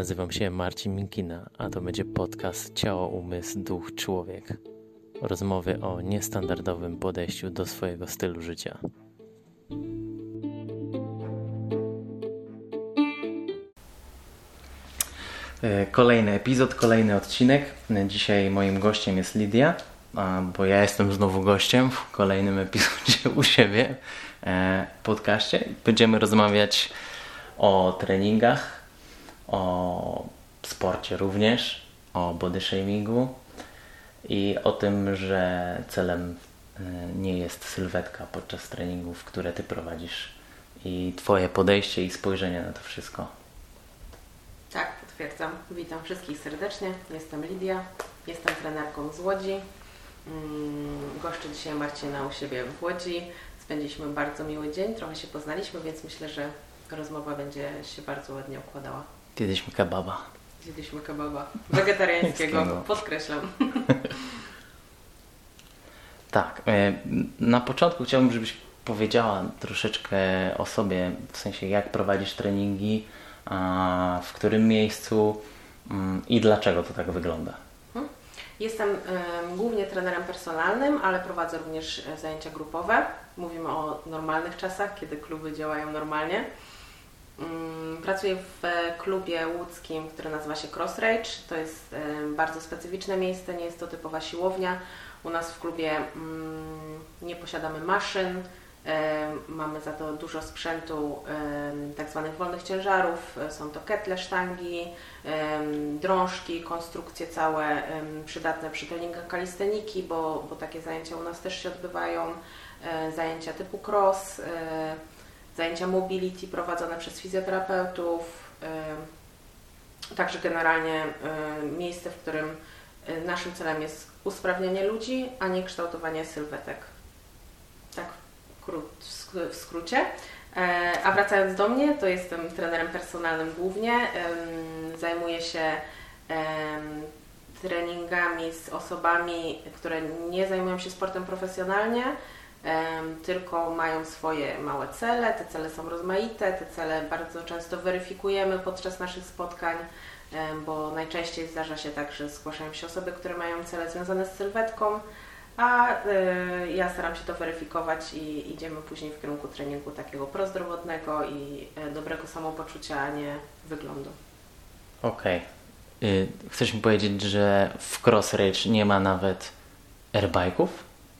nazywam się Marcin Minkina, a to będzie podcast Ciało, Umysł, Duch, Człowiek. Rozmowy o niestandardowym podejściu do swojego stylu życia. Kolejny epizod, kolejny odcinek. Dzisiaj moim gościem jest Lidia, bo ja jestem znowu gościem w kolejnym epizodzie u siebie w podcaście. Będziemy rozmawiać o treningach, o sporcie również, o body shamingu i o tym, że celem nie jest sylwetka podczas treningów, które Ty prowadzisz i Twoje podejście i spojrzenie na to wszystko. Tak, potwierdzam. Witam wszystkich serdecznie. Jestem Lidia, jestem trenerką z Łodzi. Goszczę dzisiaj Marcina u siebie w Łodzi. Spędziliśmy bardzo miły dzień, trochę się poznaliśmy, więc myślę, że rozmowa będzie się bardzo ładnie układała. Zjedliśmy kebaba. Zjedliśmy kebaba wegetariańskiego, podkreślam. Tak, na początku chciałbym, żebyś powiedziała troszeczkę o sobie, w sensie jak prowadzisz treningi, w którym miejscu i dlaczego to tak wygląda. Jestem głównie trenerem personalnym, ale prowadzę również zajęcia grupowe. Mówimy o normalnych czasach, kiedy kluby działają normalnie. Pracuję w klubie łódzkim, który nazywa się Cross Rage. To jest bardzo specyficzne miejsce, nie jest to typowa siłownia. U nas w klubie nie posiadamy maszyn, mamy za to dużo sprzętu tak zwanych wolnych ciężarów. Są to ketle, sztangi, drążki, konstrukcje całe przydatne przy treningach kalisteniki, bo takie zajęcia u nas też się odbywają. Zajęcia typu cross, zajęcia mobility prowadzone przez fizjoterapeutów. Także generalnie miejsce, w którym naszym celem jest usprawnianie ludzi, a nie kształtowanie sylwetek. Tak w skrócie. A wracając do mnie, to jestem trenerem personalnym głównie. Zajmuję się treningami z osobami, które nie zajmują się sportem profesjonalnie, tylko mają swoje małe cele. Te cele są rozmaite, te cele bardzo często weryfikujemy podczas naszych spotkań, bo najczęściej zdarza się tak, że zgłaszają się osoby, które mają cele związane z sylwetką, a ja staram się to weryfikować i idziemy później w kierunku treningu takiego prozdrowotnego i dobrego samopoczucia, a nie wyglądu. Okej. Chcesz mi powiedzieć, że w Cross Rage nie ma nawet airbike'ów?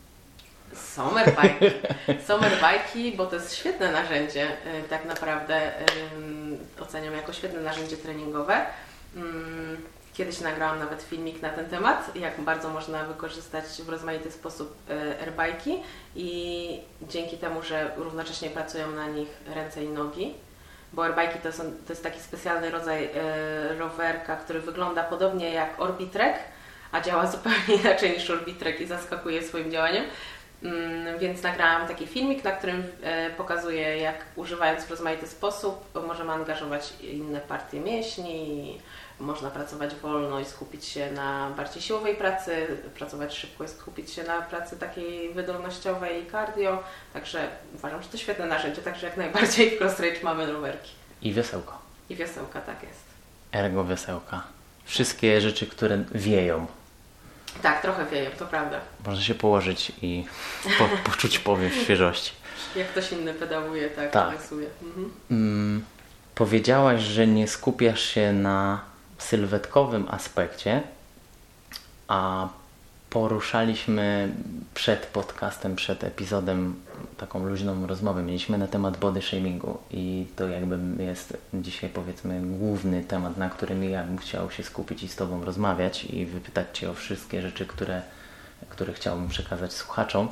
Są airbike'i, bo to jest świetne narzędzie, tak naprawdę oceniam jako świetne narzędzie treningowe. Kiedyś nagrałam nawet filmik na ten temat, jak bardzo można wykorzystać w rozmaity sposób airbike'i i dzięki temu, że równocześnie pracują na nich ręce i nogi, bo airbike'i to jest taki specjalny rodzaj rowerka, który wygląda podobnie jak Orbitrek, a działa zupełnie inaczej niż Orbitrek i zaskakuje swoim działaniem. Więc nagrałam taki filmik, na którym pokazuję, jak używając w rozmaity sposób możemy angażować inne partie mięśni, można pracować wolno i skupić się na bardziej siłowej pracy, pracować szybko i skupić się na pracy takiej wydolnościowej i cardio. Także uważam, że to świetne narzędzie, także jak najbardziej w Cross Rage mamy rowerki. I wiosełko. I wiosełka, tak jest. Ergo wiosełka. Wszystkie rzeczy, które wieją. Tak, trochę wieją, to prawda. Można się położyć i poczuć powiew świeżości. Jak ktoś inny pedałuje, tak. Rysuje. Powiedziałaś, że nie skupiasz się na sylwetkowym aspekcie, a poruszaliśmy przed podcastem, przed epizodem taką luźną rozmowę. Mieliśmy na temat body shamingu i to jakby jest dzisiaj, powiedzmy, główny temat, na którym ja bym chciał się skupić i z Tobą rozmawiać i wypytać Cię o wszystkie rzeczy, które chciałbym przekazać słuchaczom.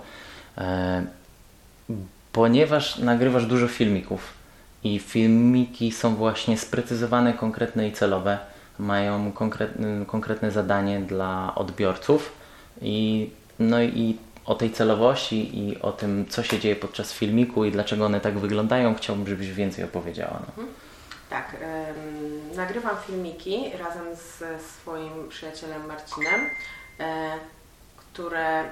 Ponieważ nagrywasz dużo filmików i filmiki są właśnie sprecyzowane, konkretne i celowe, mają konkretne zadanie dla odbiorców i o tej celowości i o tym, co się dzieje podczas filmiku i dlaczego one tak wyglądają, chciałbym, żebyś więcej opowiedziała. Tak, nagrywam filmiki razem ze swoim przyjacielem Marcinem, które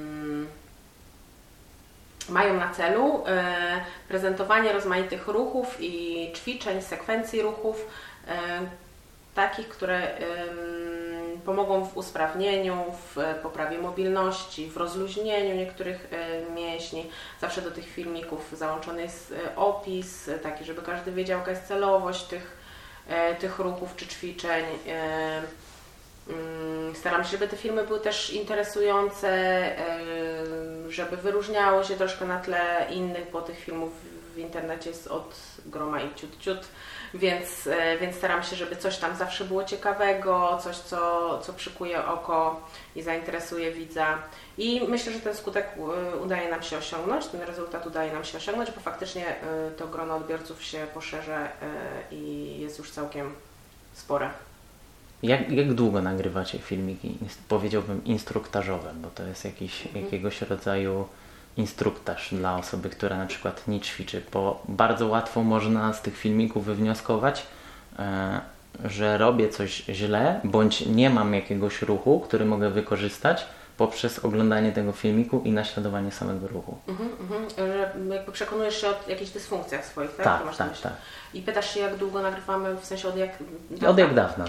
mają na celu prezentowanie rozmaitych ruchów i ćwiczeń, sekwencji ruchów, takich, które pomogą w usprawnieniu, w poprawie mobilności, w rozluźnieniu niektórych mięśni. Zawsze do tych filmików załączony jest opis, taki, żeby każdy wiedział, jaka jest celowość tych ruchów czy ćwiczeń. Staram się, żeby te filmy były też interesujące, żeby wyróżniało się troszkę na tle innych, bo tych filmów w internecie jest od groma i ciut, więc staram się, żeby coś tam zawsze było ciekawego, coś, co przykuje oko i zainteresuje widza. I myślę, że ten skutek udaje nam się osiągnąć, ten rezultat udaje nam się osiągnąć, bo faktycznie to grono odbiorców się poszerza i jest już całkiem spore. Jak długo nagrywacie filmiki? Powiedziałbym instruktażowe, bo to jest jakiegoś rodzaju instruktaż dla osoby, która na przykład nie ćwiczy, bo bardzo łatwo można z tych filmików wywnioskować, że robię coś źle, bądź nie mam jakiegoś ruchu, który mogę wykorzystać poprzez oglądanie tego filmiku i naśladowanie samego ruchu. Że jakby przekonujesz się o jakichś dysfunkcjach swoich, tak? Tak. I pytasz się, jak długo nagrywamy, w sensie od jak dawna? Od jak dawna?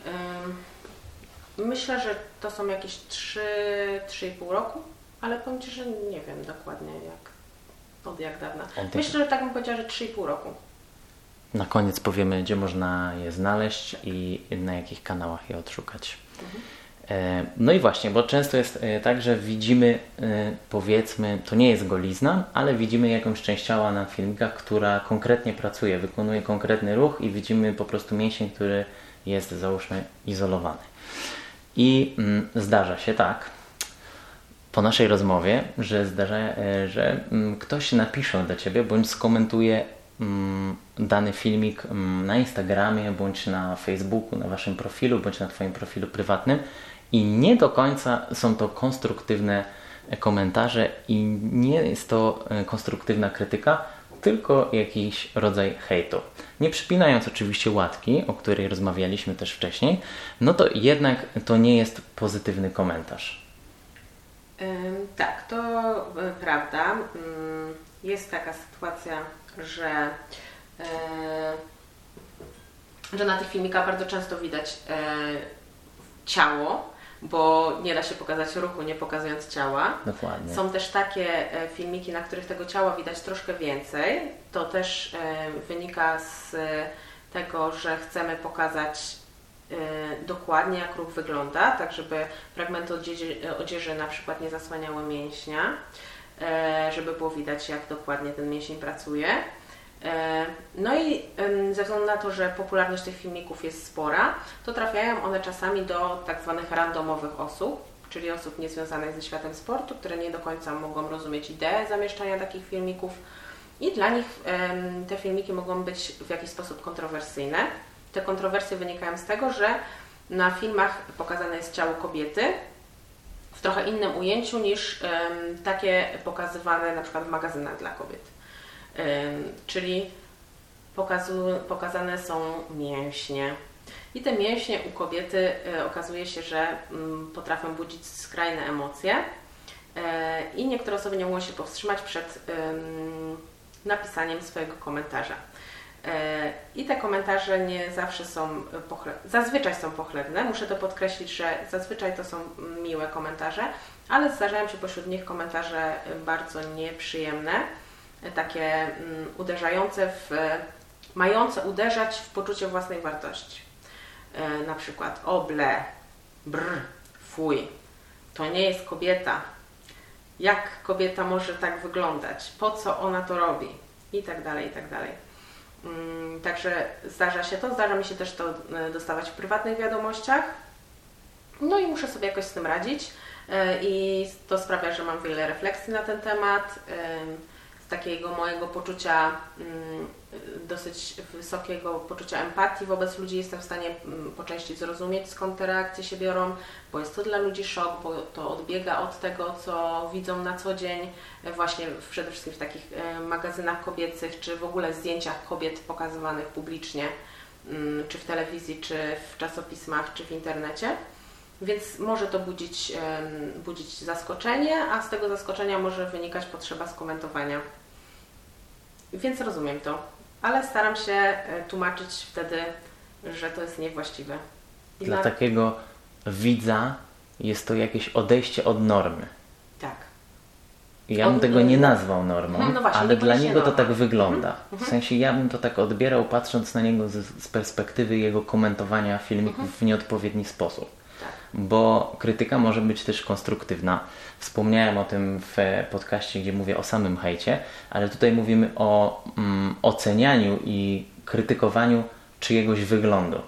Myślę, że to są jakieś 3,5 roku, ale powiem Ci, że nie wiem dokładnie od jak dawna. Myślę, że tak bym powiedziała, że 3,5 roku. Na koniec powiemy, gdzie można je znaleźć i na jakich kanałach je odszukać. No i właśnie, bo często jest tak, że widzimy, powiedzmy, to nie jest golizna, ale widzimy jakąś część ciała na filmikach, która konkretnie pracuje, wykonuje konkretny ruch i widzimy po prostu mięsień, który jest, załóżmy, izolowany. I zdarza się tak, po naszej rozmowie, że ktoś napisze do Ciebie bądź skomentuje dany filmik na Instagramie, bądź na Facebooku, na Waszym profilu, bądź na Twoim profilu prywatnym i nie do końca są to konstruktywne komentarze i nie jest to konstruktywna krytyka, tylko jakiś rodzaj hejtu. Nie przypinając oczywiście łatki, o której rozmawialiśmy też wcześniej, no to jednak to nie jest pozytywny komentarz. Tak, to prawda. Jest taka sytuacja, że na tych filmikach bardzo często widać ciało, bo nie da się pokazać ruchu, nie pokazując ciała. Dokładnie. Są też takie filmiki, na których tego ciała widać troszkę więcej. To też wynika z tego, że chcemy pokazać dokładnie, jak ruch wygląda, tak żeby fragmenty odzieży na przykład nie zasłaniały mięśnia, żeby było widać, jak dokładnie ten mięsień pracuje. No i ze względu na to, że popularność tych filmików jest spora, to trafiają one czasami do tak zwanych randomowych osób, czyli osób niezwiązanych ze światem sportu, które nie do końca mogą rozumieć ideę zamieszczania takich filmików i dla nich te filmiki mogą być w jakiś sposób kontrowersyjne. Te kontrowersje wynikają z tego, że na filmach pokazane jest ciało kobiety w trochę innym ujęciu niż takie pokazywane na przykład w magazynach dla kobiet. Czyli pokazane są mięśnie. I te mięśnie u kobiety okazuje się, że potrafią budzić skrajne emocje i niektóre osoby nie mogą się powstrzymać przed napisaniem swojego komentarza. I te komentarze nie zawsze są zazwyczaj są pochlebne. Muszę to podkreślić, że zazwyczaj to są miłe komentarze, ale zdarzają się pośród nich komentarze bardzo nieprzyjemne, takie uderzające mające uderzać w poczucie własnej wartości. Na przykład oble, brr, fuj, to nie jest kobieta. Jak kobieta może tak wyglądać? Po co ona to robi? I tak dalej, i tak dalej. Także zdarza mi się też to dostawać w prywatnych wiadomościach. No i muszę sobie jakoś z tym radzić i to sprawia, że mam wiele refleksji na ten temat. Z takiego mojego poczucia, dosyć wysokiego poczucia empatii wobec ludzi jestem w stanie po części zrozumieć, skąd te reakcje się biorą, bo jest to dla ludzi szok, bo to odbiega od tego, co widzą na co dzień, właśnie przede wszystkim w takich magazynach kobiecych, czy w ogóle zdjęciach kobiet pokazywanych publicznie, czy w telewizji, czy w czasopismach, czy w internecie. Więc może to budzić zaskoczenie, a z tego zaskoczenia może wynikać potrzeba skomentowania. Więc rozumiem to, ale staram się tłumaczyć wtedy że to jest niewłaściwe. Dla takiego widza jest to jakieś odejście od normy. Tak. Ja bym tego nie nazwał normą, no właśnie, ale dla niego to norma. tak wygląda. W sensie ja bym to tak odbierał, patrząc na niego z perspektywy jego komentowania filmików w nieodpowiedni sposób. Tak. Bo krytyka może być też konstruktywna. Wspomniałem o tym w podcaście, gdzie mówię o samym hejcie, ale tutaj mówimy o ocenianiu i krytykowaniu czyjegoś wyglądu.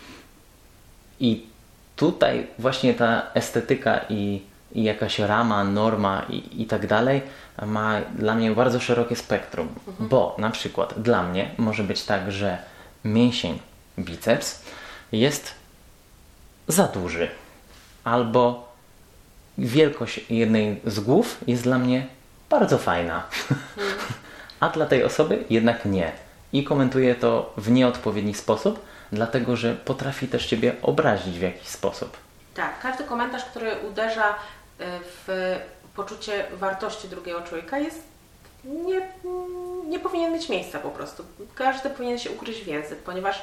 I tutaj właśnie ta estetyka i jakaś rama, norma i tak dalej ma dla mnie bardzo szerokie spektrum. Bo na przykład dla mnie może być tak, że mięsień biceps jest za duży. Albo wielkość jednej z głów jest dla mnie bardzo fajna. A dla tej osoby jednak nie. I komentuje to w nieodpowiedni sposób, dlatego że potrafi też Ciebie obrazić w jakiś sposób. Tak, każdy komentarz, który uderza w poczucie wartości drugiego człowieka nie powinien mieć miejsca po prostu. Każdy powinien się ugryźć w język, ponieważ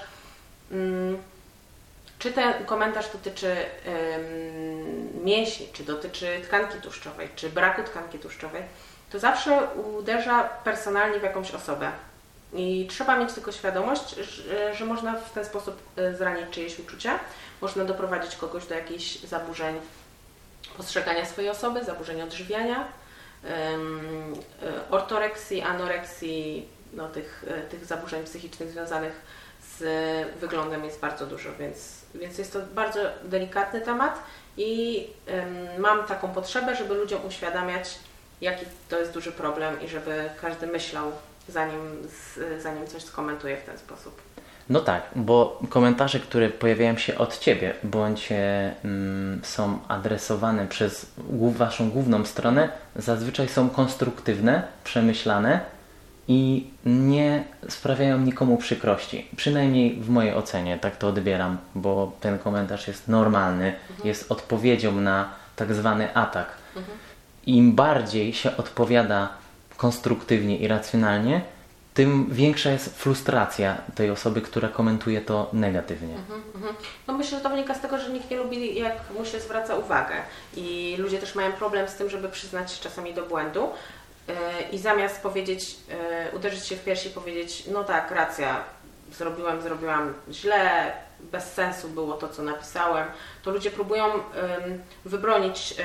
czy ten komentarz dotyczy mięśni, czy dotyczy tkanki tłuszczowej, czy braku tkanki tłuszczowej, to zawsze uderza personalnie w jakąś osobę. I trzeba mieć tylko świadomość, że można w ten sposób zranić czyjeś uczucia, można doprowadzić kogoś do jakichś zaburzeń postrzegania swojej osoby, zaburzeń odżywiania, ortoreksji, anoreksji, no, tych zaburzeń psychicznych związanych z wyglądem jest bardzo dużo, więc jest to bardzo delikatny temat i mam taką potrzebę, żeby ludziom uświadamiać, jaki to jest duży problem i żeby każdy myślał, zanim coś skomentuje w ten sposób. No tak, bo komentarze, które pojawiają się od Ciebie, bądź są adresowane przez Waszą główną stronę, zazwyczaj są konstruktywne, przemyślane i nie sprawiają nikomu przykrości. Przynajmniej w mojej ocenie, tak to odbieram, bo ten komentarz jest normalny, jest odpowiedzią na tak zwany atak. Im bardziej się odpowiada konstruktywnie i racjonalnie, tym większa jest frustracja tej osoby, która komentuje to negatywnie. No myślę, że to wynika z tego, że nikt nie lubi, jak mu się zwraca uwagę i ludzie też mają problem z tym, żeby przyznać się czasami do błędu i zamiast powiedzieć, uderzyć się w piersi i powiedzieć, no tak, racja, zrobiłam źle, bez sensu było to, co napisałem, to ludzie próbują wybronić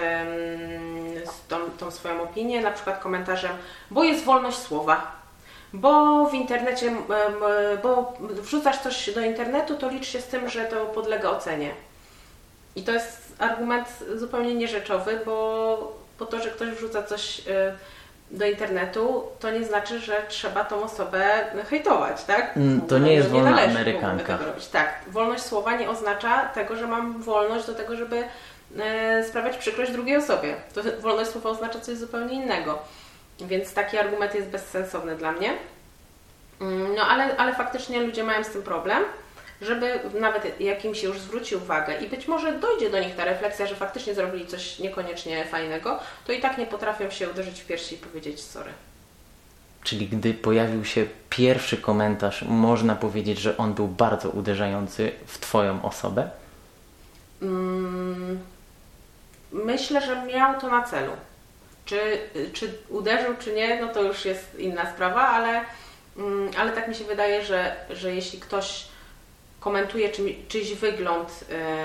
tą swoją opinię, na przykład komentarzem, bo jest wolność słowa. Bo w internecie, bo wrzucasz coś do internetu, to licz się z tym, że to podlega ocenie. I to jest argument zupełnie nierzeczowy, bo to, że ktoś wrzuca coś do internetu, to nie znaczy, że trzeba tą osobę hejtować, tak? To nie jest wolna amerykanka. Tak, wolność słowa nie oznacza tego, że mam wolność do tego, żeby sprawiać przykrość drugiej osobie. To wolność słowa oznacza coś zupełnie innego. Więc taki argument jest bezsensowny dla mnie. No ale faktycznie ludzie mają z tym problem, żeby nawet jak im się już zwróci uwagę i być może dojdzie do nich ta refleksja, że faktycznie zrobili coś niekoniecznie fajnego, to i tak nie potrafią się uderzyć w piersi i powiedzieć sorry. Czyli gdy pojawił się pierwszy komentarz, można powiedzieć, że on był bardzo uderzający w Twoją osobę? Myślę, że miał to na celu. Czy uderzył, czy nie, no to już jest inna sprawa, ale tak mi się wydaje, że jeśli ktoś komentuje czyjś wygląd,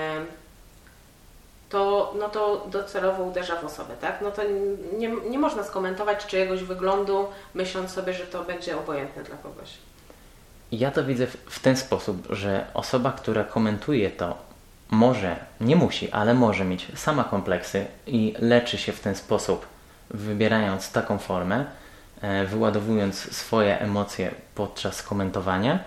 to docelowo uderza w osobę, tak? No to nie można skomentować czyjegoś wyglądu, myśląc sobie, że to będzie obojętne dla kogoś. Ja to widzę w ten sposób, że osoba, która komentuje to, może, nie musi, ale może mieć sama kompleksy i leczy się w ten sposób, wybierając taką formę, wyładowując swoje emocje podczas komentowania.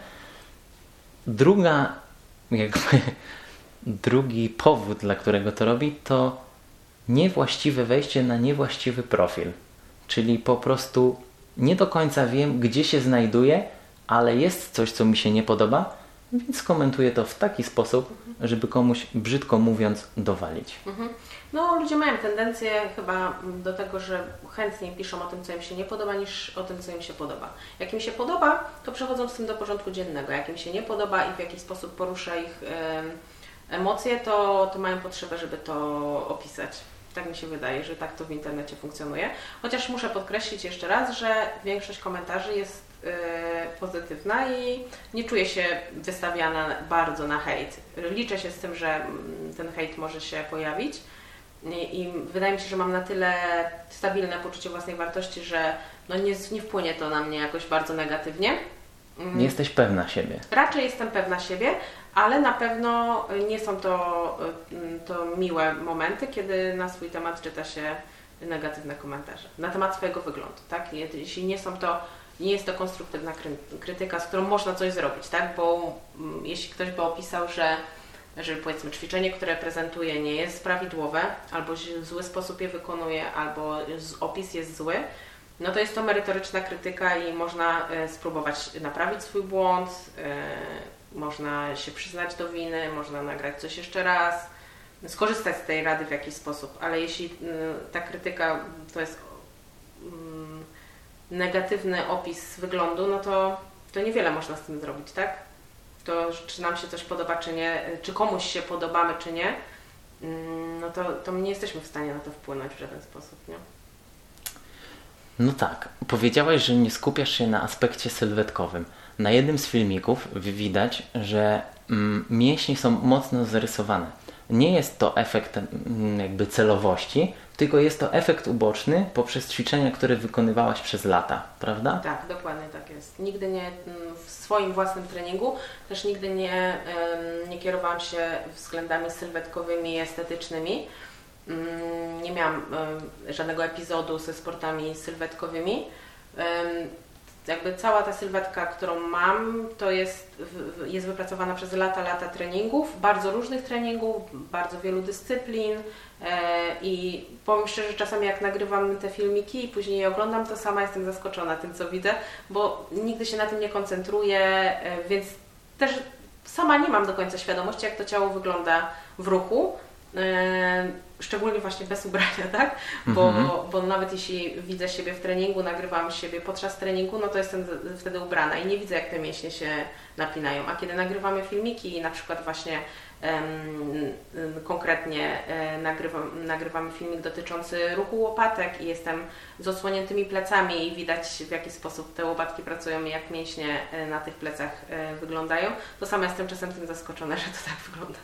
Drugi powód, dla którego to robi, to niewłaściwe wejście na niewłaściwy profil. Czyli po prostu nie do końca wiem, gdzie się znajduję, ale jest coś, co mi się nie podoba, więc komentuję to w taki sposób, żeby komuś, brzydko mówiąc, dowalić? No, ludzie mają tendencję chyba do tego, że chętniej piszą o tym, co im się nie podoba, niż o tym, co im się podoba. Jak im się podoba, to przechodzą z tym do porządku dziennego. Jak im się nie podoba i w jakiś sposób porusza ich emocje, to mają potrzebę, żeby to opisać. Tak mi się wydaje, że tak to w internecie funkcjonuje. Chociaż muszę podkreślić jeszcze raz, że większość komentarzy jest pozytywna i nie czuję się wystawiana bardzo na hejt. Liczę się z tym, że ten hejt może się pojawić i wydaje mi się, że mam na tyle stabilne poczucie własnej wartości, że no nie wpłynie to na mnie jakoś bardzo negatywnie. Nie jesteś pewna siebie? Raczej jestem pewna siebie, ale na pewno nie są to miłe momenty, kiedy na swój temat czyta się negatywne komentarze. Na temat swojego wyglądu, tak? Jeśli nie jest to konstruktywna krytyka, z którą można coś zrobić, tak? Bo jeśli ktoś by opisał, że powiedzmy ćwiczenie, które prezentuje, nie jest prawidłowe, albo w zły sposób je wykonuje, albo opis jest zły, no to jest to merytoryczna krytyka i można spróbować naprawić swój błąd, można się przyznać do winy, można nagrać coś jeszcze raz, skorzystać z tej rady w jakiś sposób, ale jeśli ta krytyka to jest negatywny opis wyglądu, no to niewiele można z tym zrobić, tak? To czy nam się coś podoba, czy nie, czy komuś się podobamy, czy nie, no to nie jesteśmy w stanie na to wpłynąć w żaden sposób, nie? No tak, powiedziałaś, że nie skupiasz się na aspekcie sylwetkowym. Na jednym z filmików widać, że mięśnie są mocno zarysowane. Nie jest to efekt jakby celowości, tylko jest to efekt uboczny poprzez ćwiczenia, które wykonywałaś przez lata, prawda? Tak, dokładnie tak jest. Nigdy nie w swoim własnym treningu też nigdy nie kierowałam się względami sylwetkowymi i estetycznymi. Nie miałam żadnego epizodu ze sportami sylwetkowymi. Jakby cała ta sylwetka, którą mam, to jest wypracowana przez lata treningów, bardzo różnych treningów, bardzo wielu dyscyplin i powiem szczerze, czasami jak nagrywam te filmiki i później je oglądam, to sama jestem zaskoczona tym, co widzę, bo nigdy się na tym nie koncentruję, więc też sama nie mam do końca świadomości, jak to ciało wygląda w ruchu. Szczególnie właśnie bez ubrania, tak? Bo nawet jeśli widzę siebie w treningu, nagrywam siebie podczas treningu, no to jestem wtedy ubrana i nie widzę, jak te mięśnie się napinają. A kiedy nagrywamy filmiki i na przykład właśnie konkretnie nagrywamy filmik dotyczący ruchu łopatek i jestem z odsłoniętymi plecami i widać, w jaki sposób te łopatki pracują i jak mięśnie na tych plecach wyglądają, to sama jestem czasem tym zaskoczona, że to tak wygląda.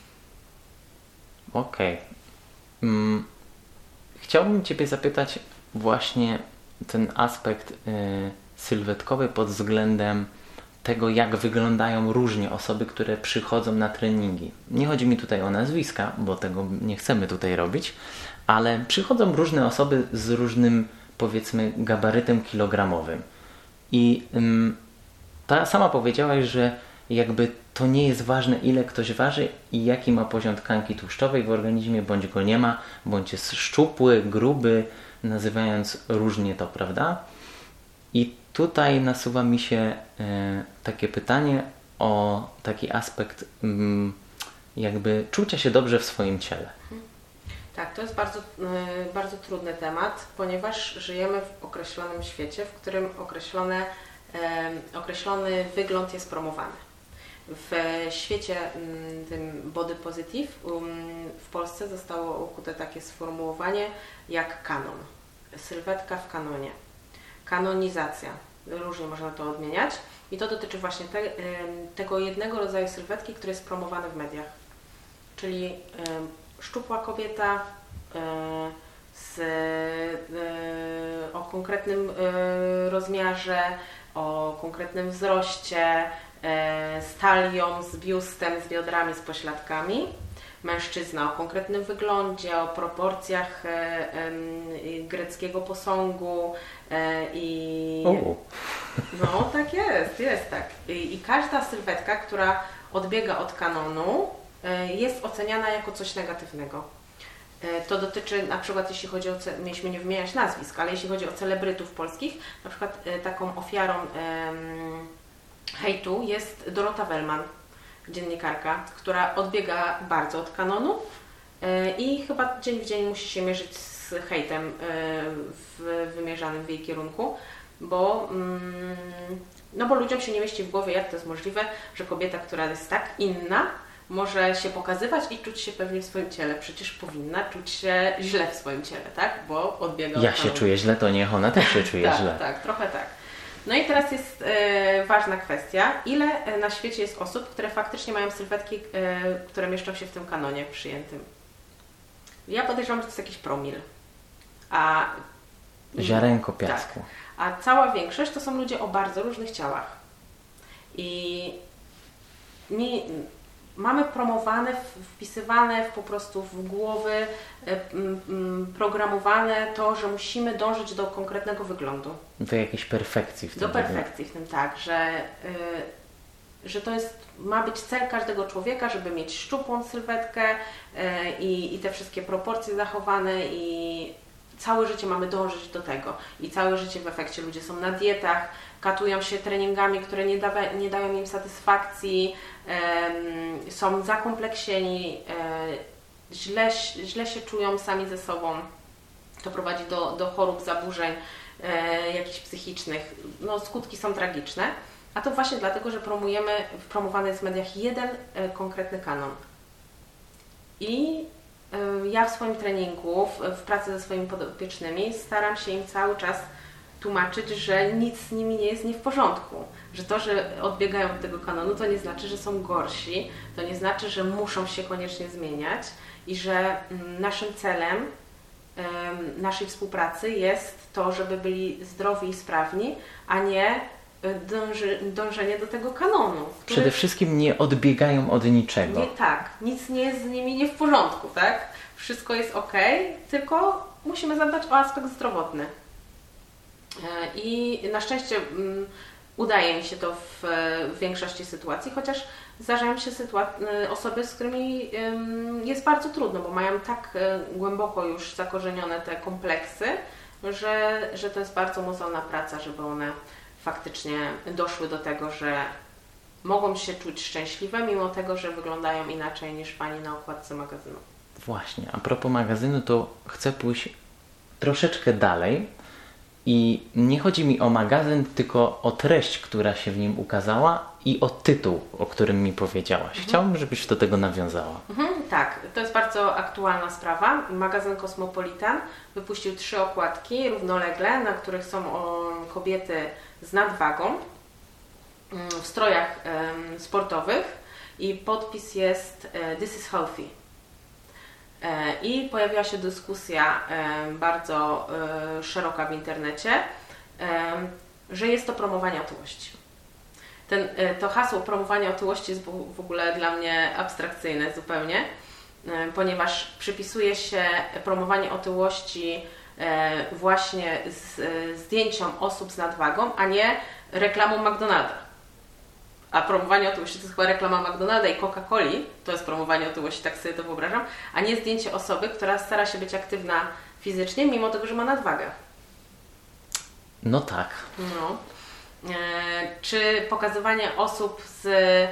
Okej. Chciałbym Ciebie zapytać właśnie ten aspekt sylwetkowy pod względem tego, jak wyglądają różnie osoby, które przychodzą na treningi. Nie chodzi mi tutaj o nazwiska, bo tego nie chcemy tutaj robić, ale przychodzą różne osoby z różnym, powiedzmy, gabarytem kilogramowym. I sama powiedziałaś, że jakby to nie jest ważne, ile ktoś waży i jaki ma poziom tkanki tłuszczowej w organizmie, bądź go nie ma, bądź jest szczupły, gruby, nazywając różnie to, prawda? I tutaj nasuwa mi się takie pytanie o taki aspekt jakby czucia się dobrze w swoim ciele. Tak, to jest bardzo, bardzo trudny temat, ponieważ żyjemy w określonym świecie, w którym określony wygląd jest promowany. W świecie tym body positive w Polsce zostało ukute takie sformułowanie jak kanon. Sylwetka w kanonie. Kanonizacja. Różnie można to odmieniać. I to dotyczy właśnie tego jednego rodzaju sylwetki, który jest promowany w mediach. Czyli szczupła kobieta o konkretnym rozmiarze, o konkretnym wzroście, z talią, z biustem, z biodrami, z pośladkami. Mężczyzna o konkretnym wyglądzie, o proporcjach greckiego posągu i... No tak jest tak. I każda sylwetka, która odbiega od kanonu, jest oceniana jako coś negatywnego. To dotyczy na przykład, jeśli chodzi o, mieliśmy nie wymieniać nazwisk, ale jeśli chodzi o celebrytów polskich, na przykład taką ofiarą hejtu jest Dorota Wellman, dziennikarka, która odbiega bardzo od kanonu i chyba dzień w dzień musi się mierzyć z hejtem wymierzanym w jej kierunku, bo ludziom się nie mieści w głowie, jak to jest możliwe, że kobieta, która jest tak inna, może się pokazywać i czuć się pewnie w swoim ciele. Przecież powinna czuć się źle w swoim ciele, tak? Bo odbiega od Jak się czuje źle, to niech ona też się czuje źle. Tak, trochę tak. No i teraz jest ważna kwestia, ile na świecie jest osób, które faktycznie mają sylwetki, które mieszczą się w tym kanonie przyjętym. Ja podejrzewam, że to jest jakiś promil. Ziarenko piasku. Tak. A cała większość to są ludzie o bardzo różnych ciałach. I mamy promowane, wpisywane po prostu w głowy, programowane to, że musimy dążyć do konkretnego wyglądu. Do jakiejś perfekcji w tym. Do perfekcji w tym, tak, że to ma być cel każdego człowieka, żeby mieć szczupłą sylwetkę i te wszystkie proporcje zachowane i całe życie mamy dążyć do tego. I całe życie w efekcie ludzie są na dietach, katują się treningami, które nie dają im satysfakcji, są zakompleksieni, źle się czują sami ze sobą. To prowadzi do chorób, zaburzeń jakichś psychicznych. No, skutki są tragiczne. A to właśnie dlatego, że promowany jest w mediach jeden konkretny kanon. I ja w swoim treningu, w pracy ze swoimi podopiecznymi staram się im cały czas tłumaczyć, że nic z nimi nie jest nie w porządku. Że to, że odbiegają od tego kanonu, to nie znaczy, że są gorsi, to nie znaczy, że muszą się koniecznie zmieniać i że naszym celem naszej współpracy jest to, żeby byli zdrowi i sprawni, a nie dążenie do tego kanonu. Przede wszystkim nie odbiegają od niczego. Nie, tak, nic nie jest z nimi nie w porządku, tak? Wszystko jest ok, tylko musimy zadbać o aspekt zdrowotny. I na szczęście udaje mi się to w większości sytuacji, chociaż zdarzają się osoby, z którymi jest bardzo trudno, bo mają tak głęboko już zakorzenione te kompleksy, że to jest bardzo mozolna praca, żeby one faktycznie doszły do tego, że mogą się czuć szczęśliwe, mimo tego, że wyglądają inaczej niż pani na okładce magazynu. Właśnie, a propos magazynu, to chcę pójść troszeczkę dalej i nie chodzi mi o magazyn, tylko o treść, która się w nim ukazała i o tytuł, o którym mi powiedziałaś. Chciałbym, żebyś do tego nawiązała. Tak, to jest bardzo aktualna sprawa. Magazyn Cosmopolitan wypuścił 3 okładki równolegle, na których są kobiety z nadwagą w strojach sportowych i podpis jest "This is healthy". I pojawiła się dyskusja bardzo szeroka w internecie, że jest to promowanie otyłości. To hasło promowanie otyłości jest w ogóle dla mnie abstrakcyjne zupełnie, ponieważ przypisuje się promowanie otyłości właśnie zdjęciom osób z nadwagą, a nie reklamom McDonalda. A promowanie otyłości to jest chyba reklama McDonalda i Coca-Coli, to jest promowanie otyłości, tak sobie to wyobrażam, a nie zdjęcie osoby, która stara się być aktywna fizycznie, mimo tego, że ma nadwagę. No tak. No. Czy pokazywanie osób z,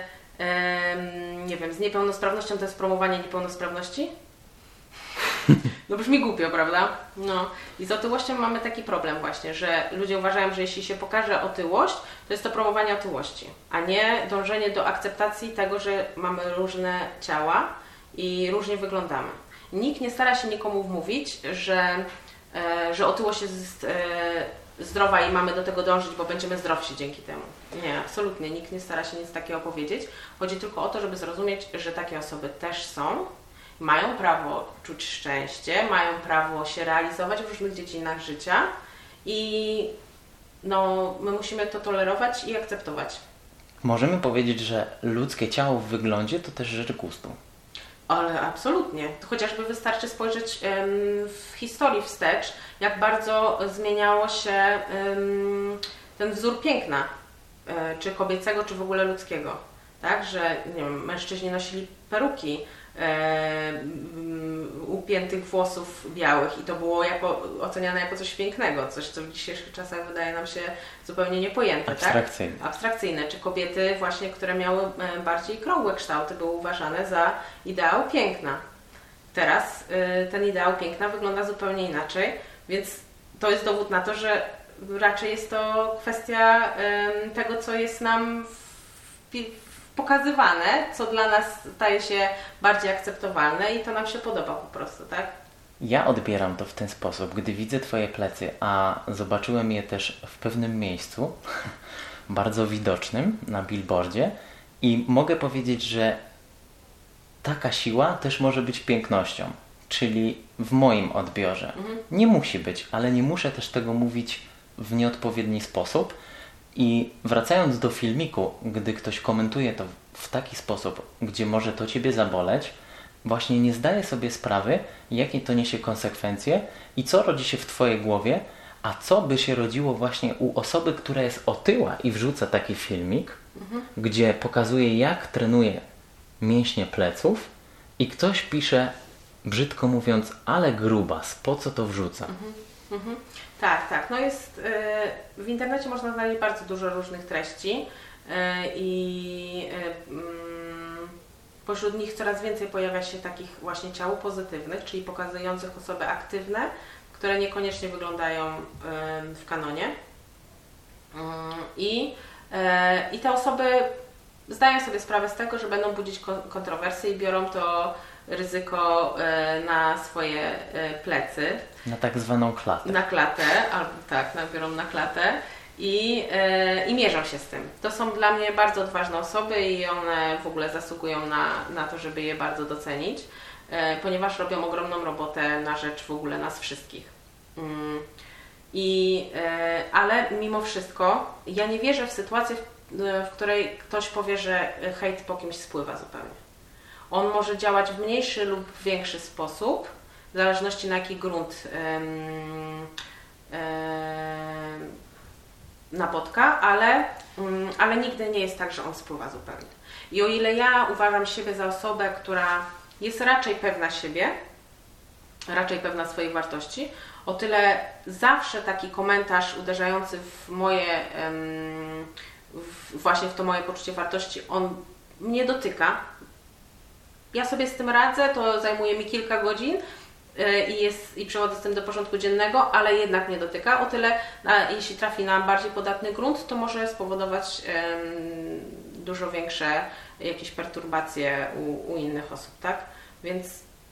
z niepełnosprawnością to jest promowanie niepełnosprawności? No brzmi głupio, prawda? No. I z otyłością mamy taki problem właśnie, że ludzie uważają, że jeśli się pokaże otyłość, to jest to promowanie otyłości, a nie dążenie do akceptacji tego, że mamy różne ciała i różnie wyglądamy. Nikt nie stara się nikomu wmówić, że otyłość jest zdrowa i mamy do tego dążyć, bo będziemy zdrowsi dzięki temu. Nie, absolutnie. Nikt nie stara się nic takiego powiedzieć. Chodzi tylko o to, żeby zrozumieć, że takie osoby też są, mają prawo czuć szczęście, mają prawo się realizować w różnych dziedzinach życia i my musimy to tolerować i akceptować. Możemy powiedzieć, że ludzkie ciało w wyglądzie to też rzecz gustu. Ale absolutnie. Chociażby wystarczy spojrzeć w historii wstecz, jak bardzo zmieniało się ten wzór piękna, czy kobiecego, czy w ogóle ludzkiego. Tak, że mężczyźni nosili peruki, upiętych włosów białych i to było oceniane jako coś pięknego, coś co w dzisiejszych czasach wydaje nam się zupełnie niepojęte. Abstrakcyjne. Tak? Abstrakcyjne. Czy kobiety właśnie, które miały bardziej krągłe kształty, były uważane za ideał piękna. Teraz ten ideał piękna wygląda zupełnie inaczej, więc to jest dowód na to, że raczej jest to kwestia tego, co jest nam pokazywane, co dla nas staje się bardziej akceptowalne i to nam się podoba po prostu, tak? Ja odbieram to w ten sposób, gdy widzę Twoje plecy, a zobaczyłem je też w pewnym miejscu, bardzo widocznym na billboardzie i mogę powiedzieć, że taka siła też może być pięknością, czyli w moim odbiorze. Nie musi być, ale nie muszę też tego mówić w nieodpowiedni sposób. I wracając do filmiku, gdy ktoś komentuje to w taki sposób, gdzie może to Ciebie zaboleć, właśnie nie zdaje sobie sprawy, jakie to niesie konsekwencje i co rodzi się w Twojej głowie, a co by się rodziło właśnie u osoby, która jest otyła i wrzuca taki filmik, gdzie pokazuje, jak trenuje mięśnie pleców i ktoś pisze, brzydko mówiąc, ale grubas, po co to wrzuca? Tak. No jest, w internecie można znaleźć bardzo dużo różnych treści i pośród nich coraz więcej pojawia się takich właśnie ciał pozytywnych, czyli pokazujących osoby aktywne, które niekoniecznie wyglądają w kanonie. I te osoby zdają sobie sprawę z tego, że będą budzić kontrowersje i biorą to ryzyko na swoje plecy. Na tak zwaną klatę. Na klatę, albo tak, biorą na klatę i mierzą się z tym. To są dla mnie bardzo odważne osoby i one w ogóle zasługują na to, żeby je bardzo docenić, ponieważ robią ogromną robotę na rzecz w ogóle nas wszystkich. Ale mimo wszystko ja nie wierzę w sytuację, w której ktoś powie, że hejt po kimś spływa zupełnie. On może działać w mniejszy lub większy sposób, w zależności na jaki grunt napotka, ale nigdy nie jest tak, że on spływa zupełnie. I o ile ja uważam siebie za osobę, która jest raczej pewna siebie, raczej pewna swojej wartości, o tyle zawsze taki komentarz uderzający w moje, właśnie w to moje poczucie wartości, on mnie dotyka. Ja sobie z tym radzę, to zajmuje mi kilka godzin i przechodzę z tym do porządku dziennego, ale jednak mnie dotyka. O tyle, jeśli trafi na bardziej podatny grunt, to może spowodować dużo większe jakieś perturbacje u innych osób, tak? Więc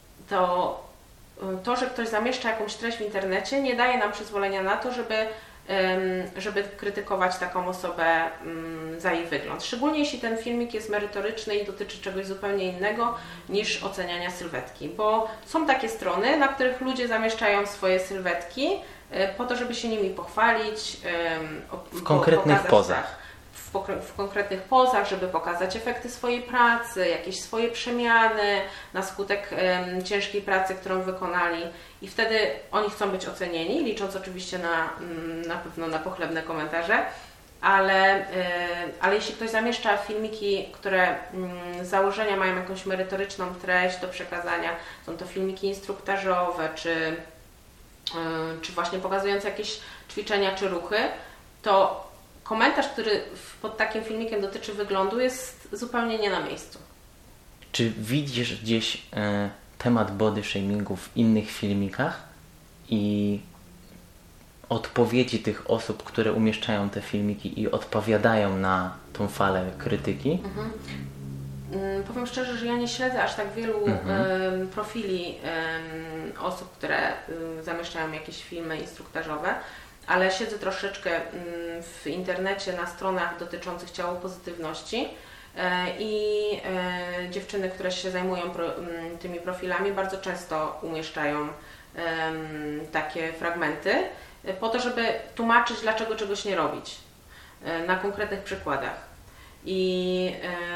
to, że ktoś zamieszcza jakąś treść w internecie, nie daje nam przyzwolenia na to, żeby krytykować taką osobę za jej wygląd. Szczególnie jeśli ten filmik jest merytoryczny i dotyczy czegoś zupełnie innego niż oceniania sylwetki. Bo są takie strony, na których ludzie zamieszczają swoje sylwetki po to, żeby się nimi pochwalić. W konkretnych pozach. W konkretnych pozach, żeby pokazać efekty swojej pracy, jakieś swoje przemiany na skutek ciężkiej pracy, którą wykonali i wtedy oni chcą być ocenieni, licząc oczywiście na pewno na pochlebne komentarze, ale jeśli ktoś zamieszcza filmiki, które z założenia mają jakąś merytoryczną treść do przekazania, są to filmiki instruktażowe, czy właśnie pokazujące jakieś ćwiczenia czy ruchy, to komentarz, który pod takim filmikiem dotyczy wyglądu, jest zupełnie nie na miejscu. Czy widzisz gdzieś temat body shamingu w innych filmikach i odpowiedzi tych osób, które umieszczają te filmiki i odpowiadają na tą falę krytyki? Powiem szczerze, że ja nie śledzę aż tak wielu profili osób, które zamieszczają jakieś filmy instruktażowe, ale siedzę troszeczkę w internecie na stronach dotyczących ciałopozytywności i dziewczyny, które się zajmują tymi profilami, bardzo często umieszczają takie fragmenty po to, żeby tłumaczyć, dlaczego czegoś nie robić na konkretnych przykładach. I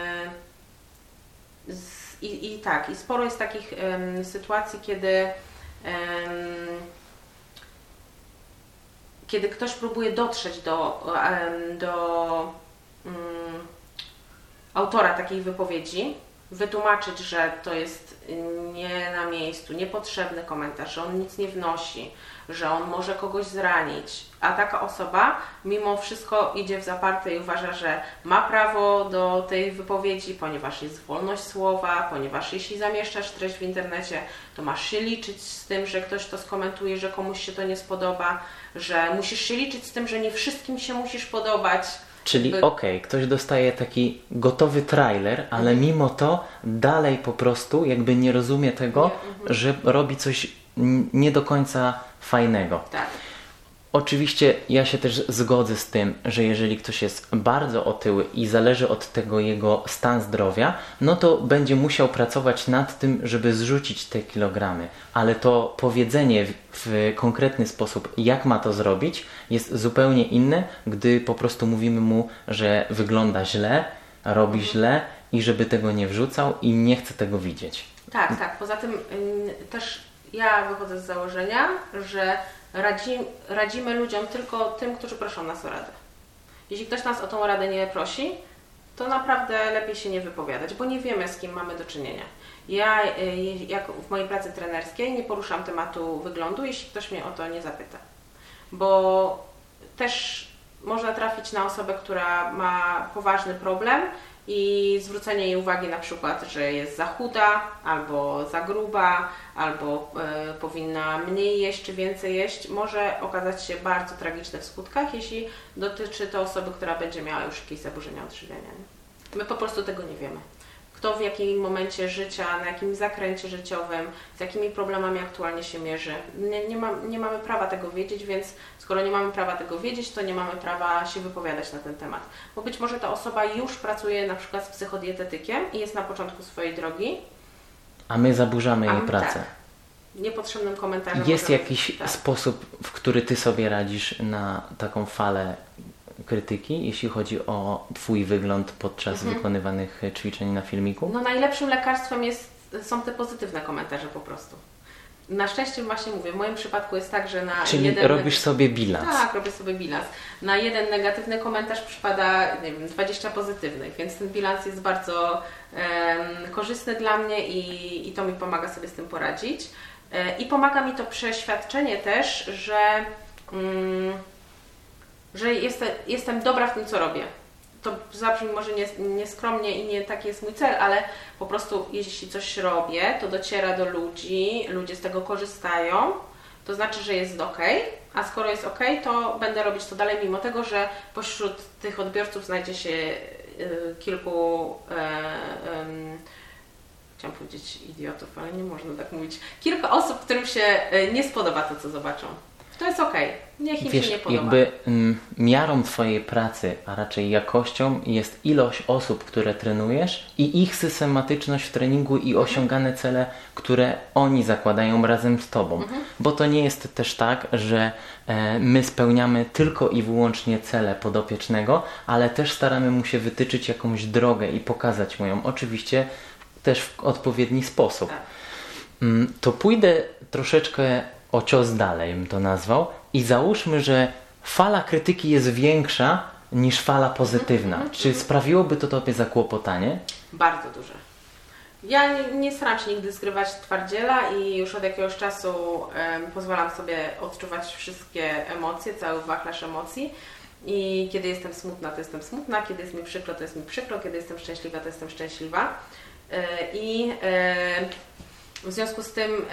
sporo jest takich sytuacji, kiedy ktoś próbuje dotrzeć do autora takiej wypowiedzi wytłumaczyć, że to jest nie na miejscu, niepotrzebny komentarz, że on nic nie wnosi, że on może kogoś zranić, a taka osoba mimo wszystko idzie w zaparte i uważa, że ma prawo do tej wypowiedzi, ponieważ jest wolność słowa, ponieważ jeśli zamieszczasz treść w internecie, to masz się liczyć z tym, że ktoś to skomentuje, że komuś się to nie spodoba, że musisz się liczyć z tym, że nie wszystkim się musisz podobać. Czyli ktoś dostaje taki gotowy trailer, ale mimo to dalej po prostu jakby nie rozumie tego, że robi coś nie do końca fajnego. Tak. Oczywiście ja się też zgodzę z tym, że jeżeli ktoś jest bardzo otyły i zależy od tego jego stan zdrowia, no to będzie musiał pracować nad tym, żeby zrzucić te kilogramy. Ale to powiedzenie w konkretny sposób, jak ma to zrobić, jest zupełnie inne, gdy po prostu mówimy mu, że wygląda źle, robi źle i żeby tego nie wrzucał i nie chce tego widzieć. Tak. Poza tym też ja wychodzę z założenia, że radzimy ludziom tylko tym, którzy proszą nas o radę. Jeśli ktoś nas o tą radę nie prosi, to naprawdę lepiej się nie wypowiadać, bo nie wiemy, z kim mamy do czynienia. Ja, jak w mojej pracy trenerskiej, nie poruszam tematu wyglądu, jeśli ktoś mnie o to nie zapyta. Bo też można trafić na osobę, która ma poważny problem i zwrócenie jej uwagi na przykład, że jest za chuda, albo za gruba, albo powinna mniej jeść czy więcej jeść, może okazać się bardzo tragiczne w skutkach, jeśli dotyczy to osoby, która będzie miała już jakieś zaburzenia odżywiania. My po prostu tego nie wiemy. Kto w jakim momencie życia, na jakim zakręcie życiowym, z jakimi problemami aktualnie się mierzy. Nie mamy prawa tego wiedzieć, więc skoro nie mamy prawa tego wiedzieć, to nie mamy prawa się wypowiadać na ten temat. Bo być może ta osoba już pracuje na przykład z psychodietetykiem i jest na początku swojej drogi. A my zaburzamy jej pracę. Tak. Niepotrzebnym komentarzem. Jest jakiś sposób, w który Ty sobie radzisz na taką falę krytyki, jeśli chodzi o Twój wygląd podczas wykonywanych ćwiczeń na filmiku? No najlepszym lekarstwem są te pozytywne komentarze po prostu. Na szczęście właśnie mówię, w moim przypadku jest tak, że na Czyli robisz sobie bilans. Tak, robię sobie bilans. Na jeden negatywny komentarz przypada, nie wiem, 20 pozytywnych, więc ten bilans jest bardzo korzystny dla mnie i to mi pomaga sobie z tym poradzić. I pomaga mi to przeświadczenie też, że jestem dobra w tym, co robię. To zabrzmi może nieskromnie i nie taki jest mój cel, ale po prostu jeśli coś robię, to dociera do ludzi, ludzie z tego korzystają, to znaczy, że jest ok, a skoro jest ok, to będę robić to dalej, mimo tego, że pośród tych odbiorców znajdzie się kilku, chciałam powiedzieć idiotów, ale nie można tak mówić, kilka osób, którym się nie spodoba to, co zobaczą. To jest okej. Niech im się nie podoba. Jakby miarą Twojej pracy, a raczej jakością jest ilość osób, które trenujesz i ich systematyczność w treningu i osiągane cele, które oni zakładają razem z Tobą. Bo to nie jest też tak, że my spełniamy tylko i wyłącznie cele podopiecznego, ale też staramy mu się wytyczyć jakąś drogę i pokazać mu ją. Oczywiście też w odpowiedni sposób. Tak. To pójdę troszeczkę o cios dalej, bym to nazwał. I załóżmy, że fala krytyki jest większa niż fala pozytywna. Czy sprawiłoby to Tobie zakłopotanie? Bardzo duże. Ja nie staram się nigdy zgrywać twardziela i już od jakiegoś czasu pozwalam sobie odczuwać wszystkie emocje, cały wachlarz emocji. I kiedy jestem smutna, to jestem smutna, kiedy jest mi przykro, to jest mi przykro, kiedy jestem szczęśliwa, to jestem szczęśliwa. W związku z tym,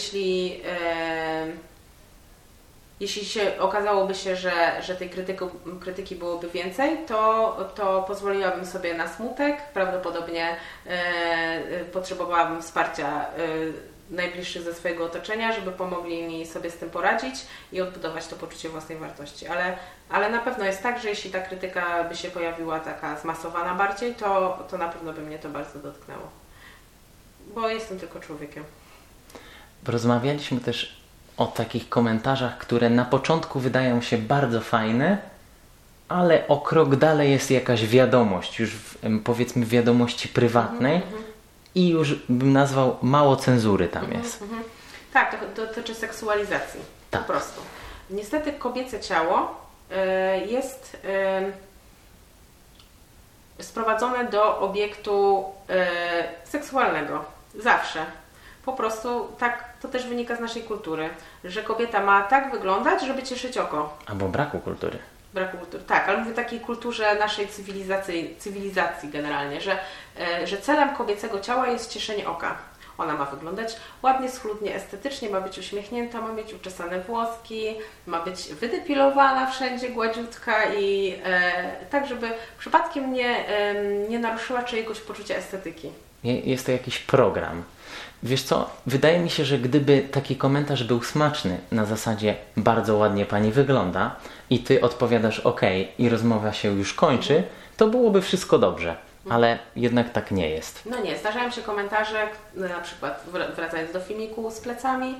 jeśli się okazałoby się, że tej krytyki byłoby więcej, to pozwoliłabym sobie na smutek. Prawdopodobnie potrzebowałabym wsparcia najbliższych ze swojego otoczenia, żeby pomogli mi sobie z tym poradzić i odbudować to poczucie własnej wartości. Ale na pewno jest tak, że jeśli ta krytyka by się pojawiła taka zmasowana bardziej, to na pewno by mnie to bardzo dotknęło. Bo jestem tylko człowiekiem. Rozmawialiśmy też o takich komentarzach, które na początku wydają się bardzo fajne, ale o krok dalej jest jakaś wiadomość, już powiedzmy wiadomości prywatnej i już bym nazwał mało cenzury tam jest. Tak, to dotyczy seksualizacji. Tak. Po prostu. Niestety kobiece ciało jest sprowadzone do obiektu seksualnego. Zawsze. Po prostu tak to też wynika z naszej kultury, że kobieta ma tak wyglądać, żeby cieszyć oko. Albo braku kultury. Braku kultury, tak, ale mówię o takiej kulturze naszej cywilizacji generalnie, że celem kobiecego ciała jest cieszenie oka. Ona ma wyglądać ładnie, schludnie, estetycznie, ma być uśmiechnięta, ma mieć uczesane włoski, ma być wydepilowana wszędzie, gładziutka i tak, żeby przypadkiem nie naruszyła czyjegoś poczucia estetyki. Jest to jakiś program. Wiesz co, wydaje mi się, że gdyby taki komentarz był smaczny, na zasadzie bardzo ładnie pani wygląda i ty odpowiadasz ok i rozmowa się już kończy, to byłoby wszystko dobrze. Ale jednak tak nie jest. No nie, zdarzają się komentarze, na przykład wracając do filmiku z plecami,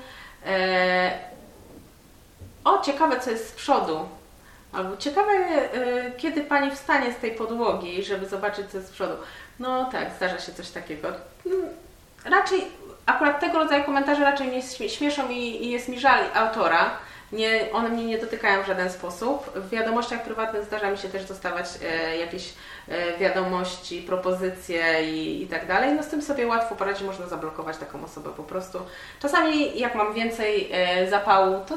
o ciekawe co jest z przodu, albo ciekawe kiedy pani wstanie z tej podłogi, żeby zobaczyć co jest z przodu. No tak, zdarza się coś takiego. Raczej akurat tego rodzaju komentarze raczej mnie śmieszą i jest mi żal autora. One mnie nie dotykają w żaden sposób. W wiadomościach prywatnych zdarza mi się też dostawać jakieś wiadomości, propozycje i tak dalej. No z tym sobie łatwo poradzić, można zablokować taką osobę po prostu. Czasami jak mam więcej zapału, to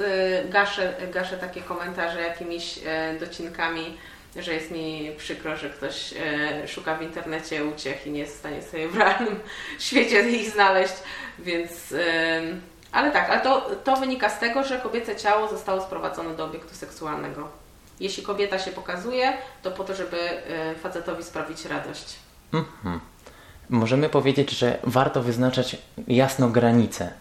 gaszę takie komentarze jakimiś docinkami, że jest mi przykro, że ktoś szuka w internecie uciech i nie jest w stanie sobie w realnym świecie ich znaleźć, więc... Ale tak, ale to wynika z tego, że kobiece ciało zostało sprowadzone do obiektu seksualnego. Jeśli kobieta się pokazuje, to po to, żeby facetowi sprawić radość. Możemy powiedzieć, że warto wyznaczać jasno granice.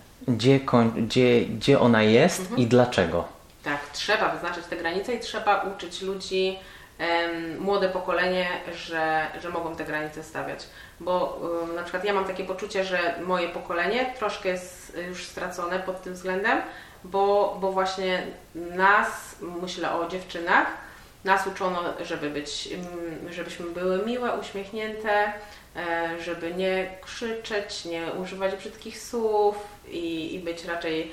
Gdzie ona jest i dlaczego. Tak, trzeba wyznaczyć te granice i trzeba uczyć ludzi, młode pokolenie, że mogą te granice stawiać. Bo na przykład ja mam takie poczucie, że moje pokolenie troszkę jest już stracone pod tym względem, bo właśnie myślę o dziewczynach, nas uczono, żebyśmy były miłe, uśmiechnięte, żeby nie krzyczeć, nie używać brzydkich słów i być raczej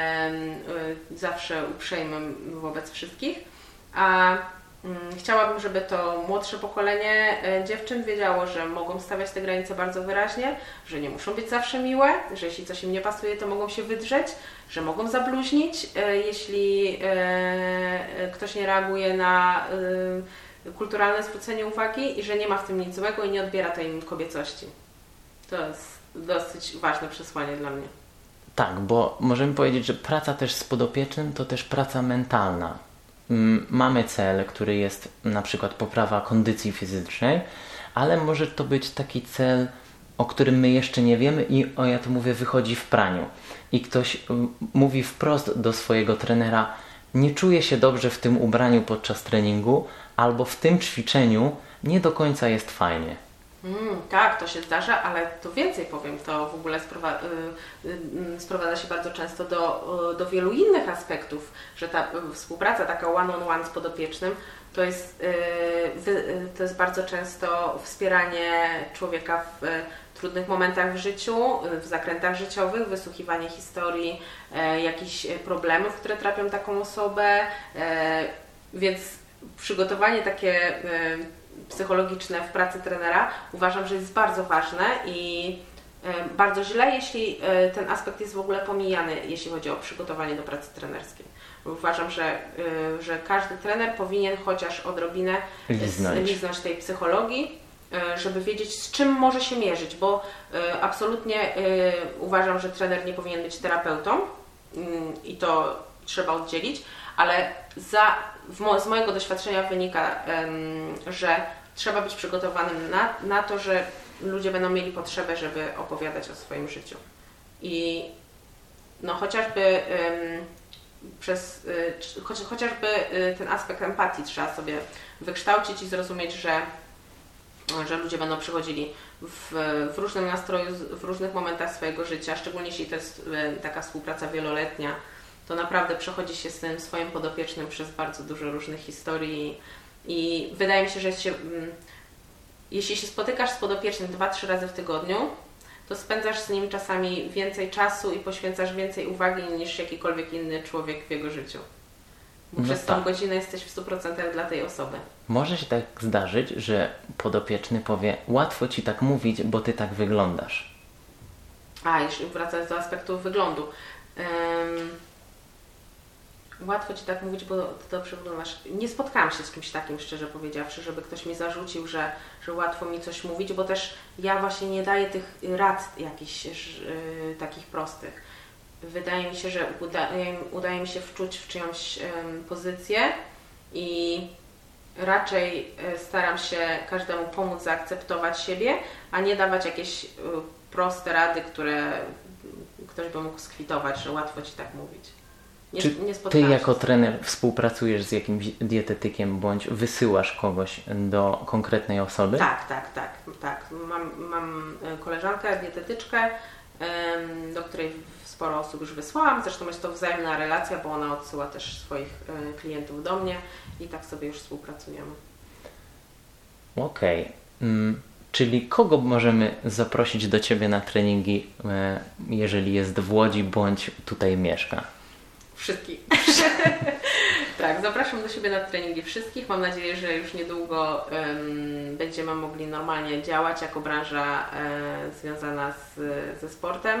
zawsze uprzejmym wobec wszystkich. A chciałabym, żeby to młodsze pokolenie dziewczyn wiedziało, że mogą stawiać te granice bardzo wyraźnie, że nie muszą być zawsze miłe, że jeśli coś im nie pasuje, to mogą się wydrzeć, że mogą zabluźnić, jeśli ktoś nie reaguje na kulturalne zwrócenie uwagi i że nie ma w tym nic złego i nie odbiera to im kobiecości. To jest dosyć ważne przesłanie dla mnie. Tak, bo możemy powiedzieć, że praca też z podopiecznym to też praca mentalna. Mamy cel, który jest na przykład poprawa kondycji fizycznej, ale może to być taki cel, o którym my jeszcze nie wiemy i ja to mówię, wychodzi w praniu. I ktoś mówi wprost do swojego trenera, nie czuję się dobrze w tym ubraniu podczas treningu, albo w tym ćwiczeniu nie do końca jest fajnie. Tak, to się zdarza, ale to więcej powiem, to w ogóle sprowadza się bardzo często do wielu innych aspektów, że ta współpraca taka one-on-one z podopiecznym to jest bardzo często wspieranie człowieka w trudnych momentach w życiu, w zakrętach życiowych, wysłuchiwanie historii, jakichś problemów, które trapią taką osobę, więc przygotowanie takie psychologiczne w pracy trenera uważam, że jest bardzo ważne i bardzo źle, jeśli ten aspekt jest w ogóle pomijany, jeśli chodzi o przygotowanie do pracy trenerskiej. Uważam, że każdy trener powinien chociaż odrobinę liznąć tej psychologii, żeby wiedzieć, z czym może się mierzyć, bo absolutnie uważam, że trener nie powinien być terapeutą i to trzeba oddzielić, ale z mojego doświadczenia wynika, że trzeba być przygotowanym na to, że ludzie będą mieli potrzebę, żeby opowiadać o swoim życiu. I no chociażby chociażby ten aspekt empatii trzeba sobie wykształcić i zrozumieć, że ludzie będą przychodzili w różnym nastroju, w różnych momentach swojego życia, szczególnie jeśli to jest taka współpraca wieloletnia, to naprawdę przechodzi się z tym swoim podopiecznym przez bardzo dużo różnych historii i wydaje mi się, że jeśli się spotykasz z podopiecznym 2-3 razy w tygodniu, to spędzasz z nim czasami więcej czasu i poświęcasz więcej uwagi niż jakikolwiek inny człowiek w jego życiu. Bo przez tą godzinę jesteś w 100% dla tej osoby. Może się tak zdarzyć, że podopieczny powie, łatwo Ci tak mówić, bo Ty tak wyglądasz. A, już wracając do aspektu wyglądu. Łatwo Ci tak mówić, bo Ty dobrze wyglądasz. Nie spotkałam się z kimś takim, szczerze powiedziawszy, żeby ktoś mi zarzucił, że łatwo mi coś mówić, bo też ja właśnie nie daję tych rad jakichś takich prostych. Wydaje mi się, że udaje mi się wczuć w czyjąś pozycję i raczej staram się każdemu pomóc zaakceptować siebie, a nie dawać jakieś proste rady, które ktoś by mógł skwitować, że łatwo Ci tak mówić. Czy Ty jako trener współpracujesz z jakimś dietetykiem bądź wysyłasz kogoś do konkretnej osoby? Tak. Mam koleżankę, dietetyczkę, do której sporo osób już wysłałam. Zresztą jest to wzajemna relacja, bo ona odsyła też swoich klientów do mnie i tak sobie już współpracujemy. Okej. Czyli kogo możemy zaprosić do Ciebie na treningi, jeżeli jest w Łodzi bądź tutaj mieszka? Wszystkich. Tak, zapraszam do siebie na treningi wszystkich. Mam nadzieję, że już niedługo będziemy mogli normalnie działać jako branża związana ze sportem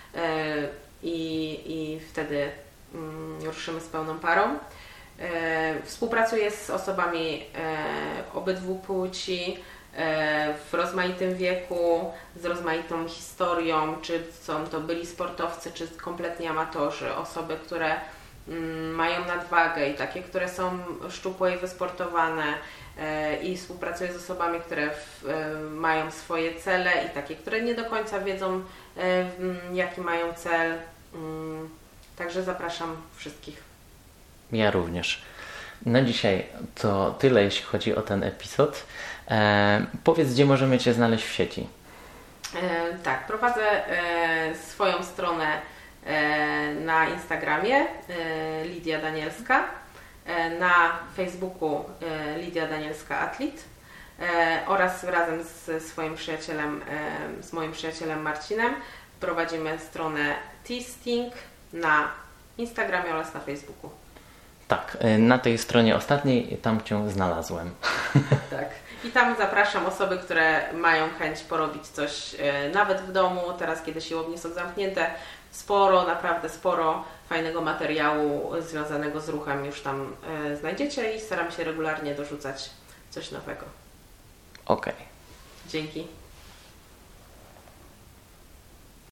i wtedy ruszymy z pełną parą. Współpracuję z osobami obydwu płci, w rozmaitym wieku, z rozmaitą historią, czy są to byli sportowcy, czy kompletnie amatorzy, osoby, które mają nadwagę i takie, które są szczupłe i wysportowane, i współpracuję z osobami, które mają swoje cele i takie, które nie do końca wiedzą, jaki mają cel. Także zapraszam wszystkich. Ja również. Na dzisiaj to tyle, jeśli chodzi o ten epizod. Powiedz, gdzie możemy Cię znaleźć w sieci? Tak, prowadzę swoją stronę na Instagramie Lidia Danielska, na Facebooku Lidia Danielska Atlet oraz razem z moim przyjacielem Marcinem prowadzimy stronę T-Sting na Instagramie oraz na Facebooku. Tak, na tej stronie ostatniej, tam Cię znalazłem. Tak. I tam zapraszam osoby, które mają chęć porobić coś nawet w domu. Teraz, kiedy siłownie są zamknięte, naprawdę sporo fajnego materiału związanego z ruchem już tam znajdziecie i staram się regularnie dorzucać coś nowego. Okej. Dzięki.